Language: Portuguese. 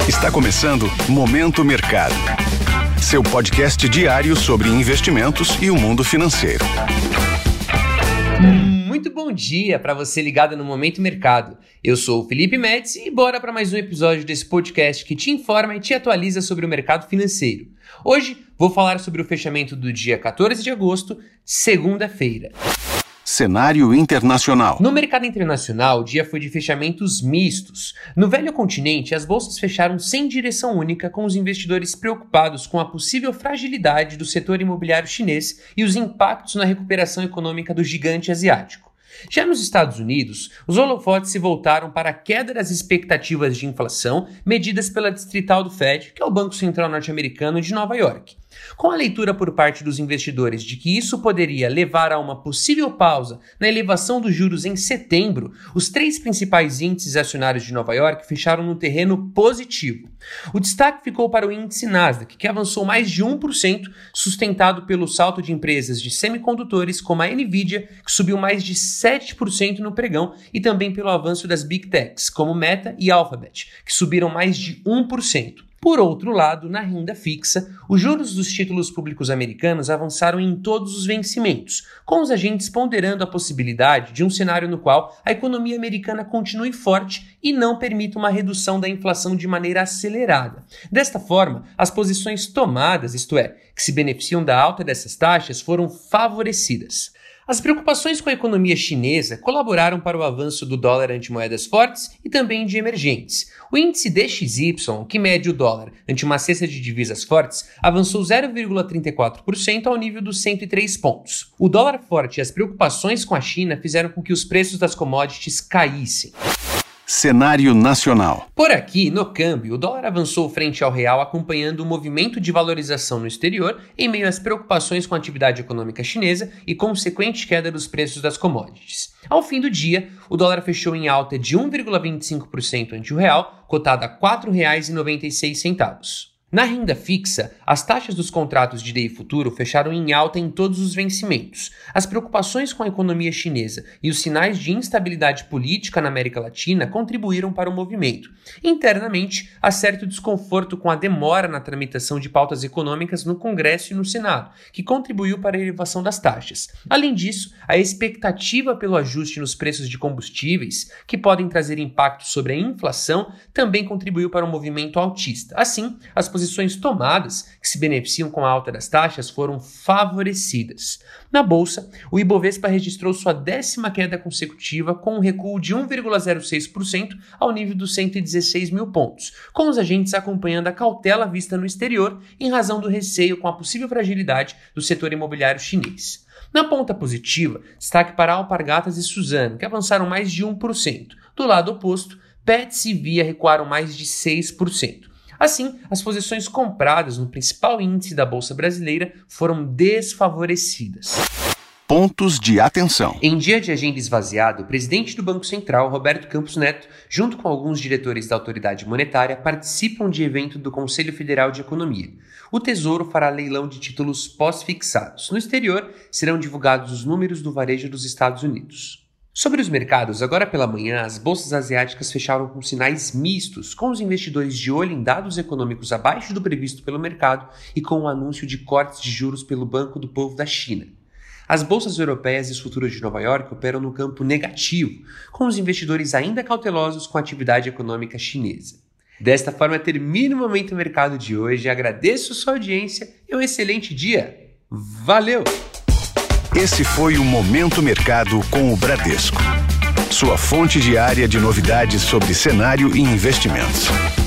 Está começando Momento Mercado, seu podcast diário sobre investimentos e o mundo financeiro. Muito bom dia para você ligado no Momento Mercado. Eu sou o Felipe Médici e bora para mais um episódio desse podcast que te informa e te atualiza sobre o mercado financeiro. Hoje vou falar sobre o fechamento do dia 14 de agosto, segunda-feira. Cenário internacional. No mercado internacional, o dia foi de fechamentos mistos. No velho continente, as bolsas fecharam sem direção única, com os investidores preocupados com a possível fragilidade do setor imobiliário chinês e os impactos na recuperação econômica do gigante asiático. Já nos Estados Unidos, os holofotes se voltaram para a queda das expectativas de inflação medidas pela distrital do Fed, que é o Banco Central norte-americano de Nova York. Com a leitura por parte dos investidores de que isso poderia levar a uma possível pausa na elevação dos juros em setembro, os três principais índices acionários de Nova York fecharam no terreno positivo. O destaque ficou para o índice Nasdaq, que avançou mais de 1%, sustentado pelo salto de empresas de semicondutores como a Nvidia, que subiu mais de 7% no pregão, e também pelo avanço das Big Techs, como Meta e Alphabet, que subiram mais de 1%. Por outro lado, na renda fixa, os juros dos títulos públicos americanos avançaram em todos os vencimentos, com os agentes ponderando a possibilidade de um cenário no qual a economia americana continue forte e não permita uma redução da inflação de maneira acelerada. Desta forma, as posições tomadas, isto é, que se beneficiam da alta dessas taxas, foram favorecidas. As preocupações com a economia chinesa colaboraram para o avanço do dólar ante moedas fortes e também de emergentes. O índice DXY, que mede o dólar ante uma cesta de divisas fortes, avançou 0,34% ao nível dos 103 pontos. O dólar forte e as preocupações com a China fizeram com que os preços das commodities caíssem. Cenário nacional. Por aqui, no câmbio, o dólar avançou frente ao real acompanhando o movimento de valorização no exterior em meio às preocupações com a atividade econômica chinesa e consequente queda dos preços das commodities. Ao fim do dia, o dólar fechou em alta de 1,25% ante o real, cotado a R$ 4,96. Na renda fixa, as taxas dos contratos de DI futuro fecharam em alta em todos os vencimentos. As preocupações com a economia chinesa e os sinais de instabilidade política na América Latina contribuíram para o movimento. Internamente, há certo desconforto com a demora na tramitação de pautas econômicas no Congresso e no Senado, que contribuiu para a elevação das taxas. Além disso, a expectativa pelo ajuste nos preços de combustíveis, que podem trazer impacto sobre a inflação, também contribuiu para o movimento altista. Assim, as posições tomadas, que se beneficiam com a alta das taxas, foram favorecidas. Na Bolsa, o Ibovespa registrou sua 10ª queda consecutiva com um recuo de 1,06% ao nível dos 116 mil pontos, com os agentes acompanhando a cautela vista no exterior em razão do receio com a possível fragilidade do setor imobiliário chinês. Na ponta positiva, destaque para Alpargatas e Suzano, que avançaram mais de 1%. Do lado oposto, Petz e Via recuaram mais de 6%. Assim, as posições compradas no principal índice da Bolsa Brasileira foram desfavorecidas. Pontos de atenção. Em dia de agenda esvaziado, o presidente do Banco Central, Roberto Campos Neto, junto com alguns diretores da autoridade monetária, participam de evento do Conselho Federal de Economia. O Tesouro fará leilão de títulos pós-fixados. No exterior, serão divulgados os números do varejo dos Estados Unidos. Sobre os mercados, agora pela manhã, as bolsas asiáticas fecharam com sinais mistos, com os investidores de olho em dados econômicos abaixo do previsto pelo mercado e com o anúncio de cortes de juros pelo Banco do Povo da China. As bolsas europeias e os futuros de Nova York operam no campo negativo, com os investidores ainda cautelosos com a atividade econômica chinesa. Desta forma, termina o Momento Mercado de hoje. Agradeço sua audiência e um excelente dia. Valeu! Esse foi o Momento Mercado com o Bradesco, sua fonte diária de novidades sobre cenário e investimentos.